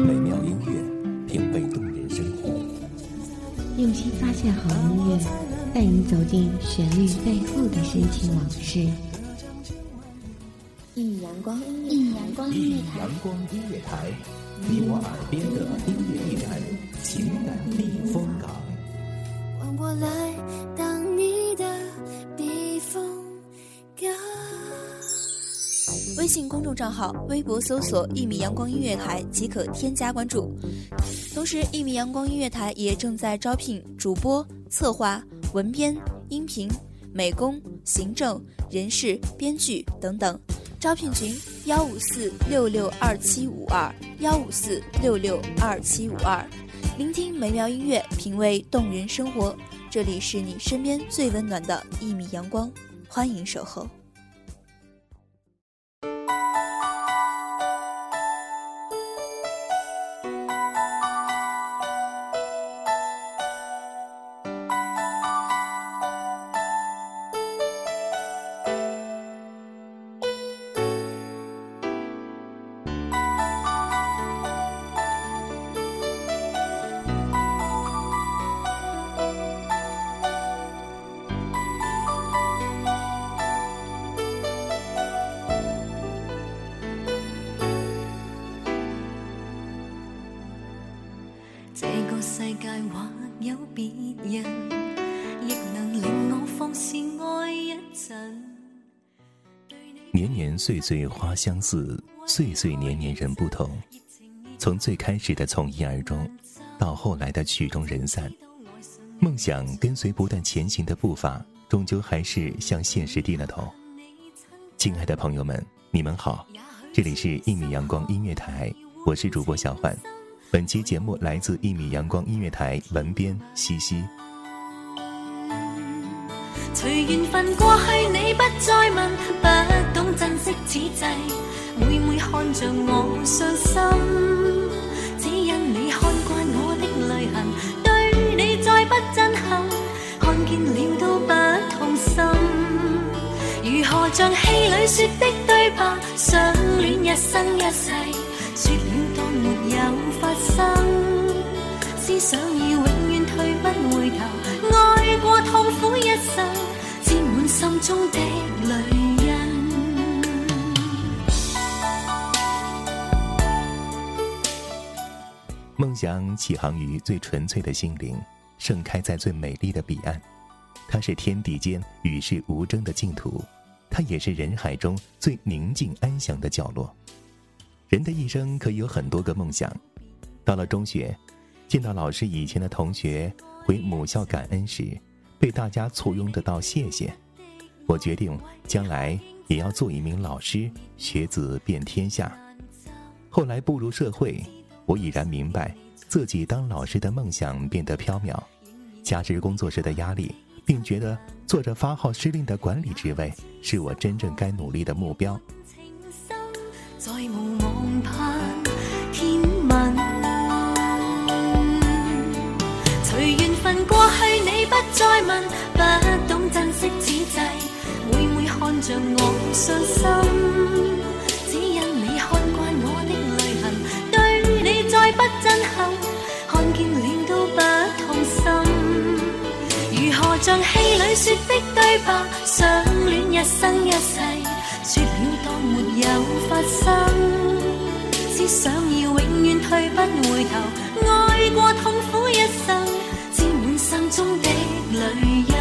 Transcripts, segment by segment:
美妙音乐，品味动人生活。 用心发现好音乐，带你走进旋律背后的深情往事。 一米阳光音乐台，你我耳边的音乐驿站，情感避风港。 换我来当你的避风港。 微信公众账号、微博搜索“一米阳光音乐台”即可添加关注。同时，一米阳光音乐台也正在招聘主播、策划、文编、音频、美工、行政、人事、编剧等等。招聘群154662752，154662752。聆听美妙音乐，品味动人生活。这里是你身边最温暖的一米阳光，欢迎守候。 这个世界或有别人，亦能令我放肆爱一阵。 年年岁岁花相似，岁岁年年人不同。从最开始的从一而终，到后来的曲终人散，梦想跟随不断前行的步伐，终究还是向现实低了头。亲爱的朋友们，你们好，这里是一米阳光音乐台，我是主播小焕。本期节目来自一米阳光音乐台，文编西西。 隨緣分過去你不再問，不懂珍惜此際，每每看着我傷心，只因你看慣我的淚痕，對你再不震撼，看見了都不痛心。如何像戲裏說的對白，相戀一生一世，說了當沒有發生，思想要永遠退不回頭，愛過痛苦一生，沾滿心中的淚印。 梦想起航於最純粹的心靈，盛開在最美麗的彼岸。它是天地間與世無爭的淨土，它也是人海中最寧靜安詳的角落。人的一生可以有很多個夢想，到了中學，見到老師以前的同學回母校感恩時，被大家簇擁得到謝謝。我決定將來也要做一名老師，學子遍天下。後來步入社會，我已然明白自己當老師的夢想變得飄渺，加之工作時的壓力，並覺得做着發號施令的管理職位是我真正該努力的目標。 再無望盼天問，隨緣分過去你不再問，不懂珍惜此際，每每看着我傷心，只因你看慣我的淚痕，對你再不震撼，看見了都不痛心。如何像戲裏說的對白，相戀一生一世，說了當沒有發生，只想要永遠退不回頭，愛過痛苦一生，沾滿心中的淚印。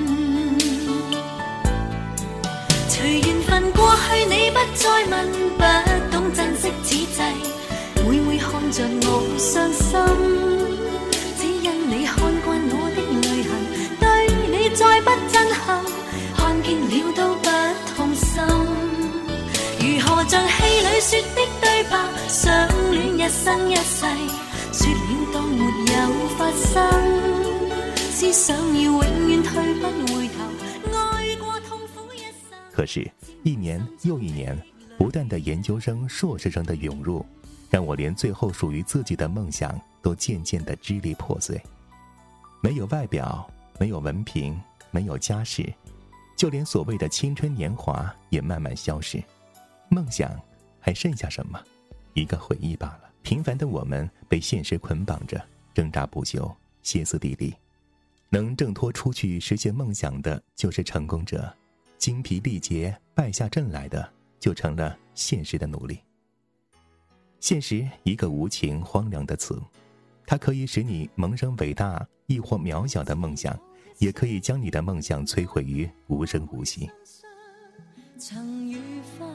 隨緣分過去你不再問，不懂珍惜此際，每每看着我傷心，只因你看慣我的淚痕，對你再不震撼，看見了都不痛心。如何像戲裏說的對白，相戀一生一世，說了當沒有發生，只想要永遠退不回頭，愛過痛苦一生。 可是一年又一年，不斷的研究生、碩士生的湧入，讓我連最後屬於自己的夢想都漸漸的支離破碎。沒有外表，沒有文憑，沒有家世，就連所謂的青春年華也慢慢消失。夢想還剩下什麼？一個回憶罷了。 平凡的我们被现实捆绑着，挣扎不休，歇斯底里。能挣脱出去实现梦想的就是成功者，精疲力竭败下阵来的就成了现实的奴隶。现实一个无情荒凉的词，它可以使你萌生伟大亦或渺小的梦想，也可以将你的梦想摧毁于无声无息。 曾愉快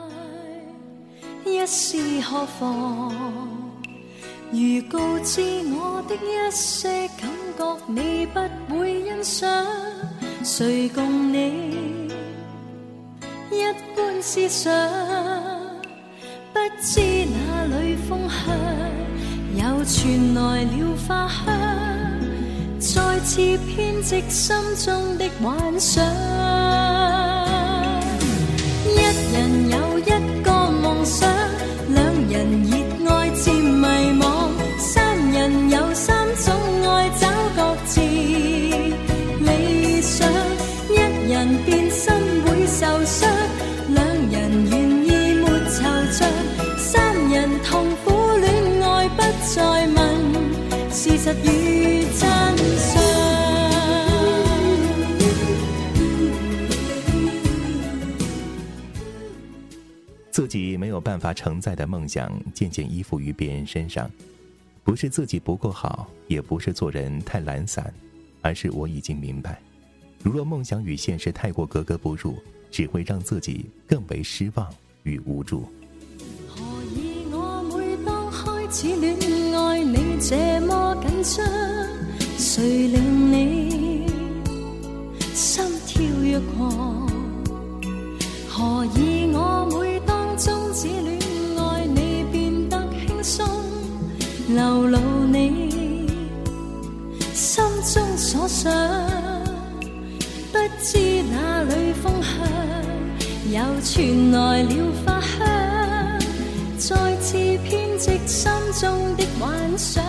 一是何妨，如告知我的一些感覺你不會欣賞，誰共你一般思想，不知哪裏風向又傳來了花香，再次編織心中的幻想。一人有一個夢想，兩人熱愛漸迷惘，三人有三種愛找各自理想。一人變心會受傷，兩人願意沒惆悵，三人痛苦戀愛不再問事實與真相。 自己没有办法承载的梦想渐渐依附于别人身上，不是自己不够好，也不是做人太懒散，而是我已经明白，如若梦想与现实太过格格不入，只会让自己更为失望与無助。 何以我每當開始戀愛你這麼緊張，誰令你心跳躍狂？何以我每當終止戀愛你變得輕鬆，流露你心中所想，不知哪裏風向又傳來了花香，再次編織心中的幻想。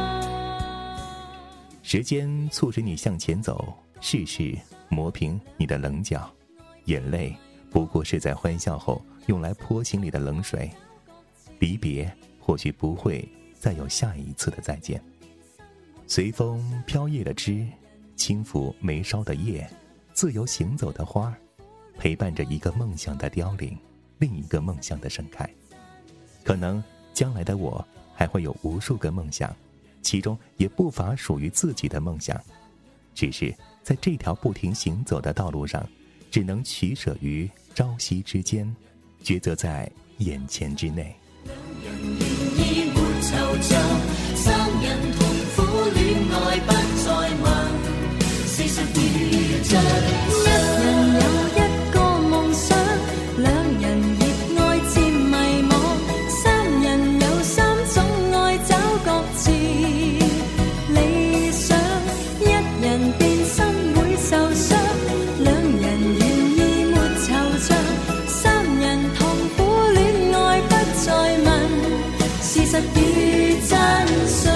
時間促使你向前走，世事磨平你的稜角，眼淚不過是在歡笑後用來潑心裡的冷水。離別或許不會再有下一次的再見。隨風飄曳的枝，輕撫眉梢的葉，自由行走的花，陪伴着一個夢想的凋零，另一個夢想的盛開。可能將來的我還會有無數個夢想，其中也不乏屬於自己的夢想，只是在這條不停行走的道路上，只能取捨於朝夕之間，抉擇在眼前之內。 兩人願意沒惆悵，三人痛苦戀愛不再問事實與真相。一人有一個夢想，兩人熱愛漸迷惘，三人有三種愛找各自理想。一人變心會受傷，兩人願意沒惆悵，三人痛苦戀愛不再問事實與真相。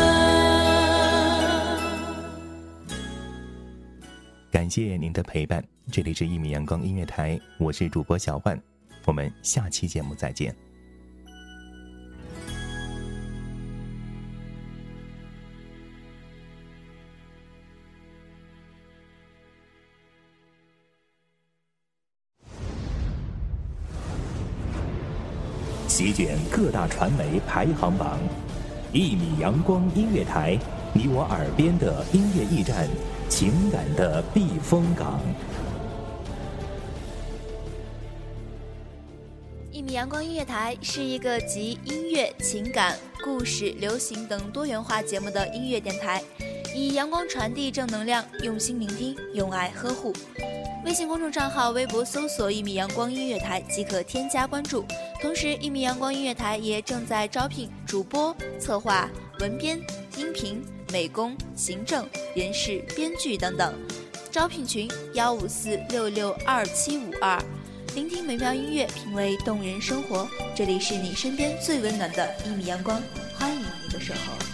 感謝您的陪伴，這裡是一米陽光音樂台，我是主播小萬，我們下期節目再見。席捲各大傳媒排行榜，一米陽光音樂台，你我耳邊的音樂驛站，情感的避風港。 一米陽光音樂台是一個集音樂、情感、故事、流行等多元化節目的音樂電台，以陽光傳遞正能量，用心聆聽，用愛呵護。微信公眾賬號、微博搜索一米陽光音樂台即可添加關注。同時，一米陽光音樂台也正在招聘主播、策劃、文編、音頻、美工、行政、人事、編劇等等。招聘群154662752。聆聽美妙音樂，品味動人生活。這裡是你身邊最溫暖的一米陽光，歡迎你的守候。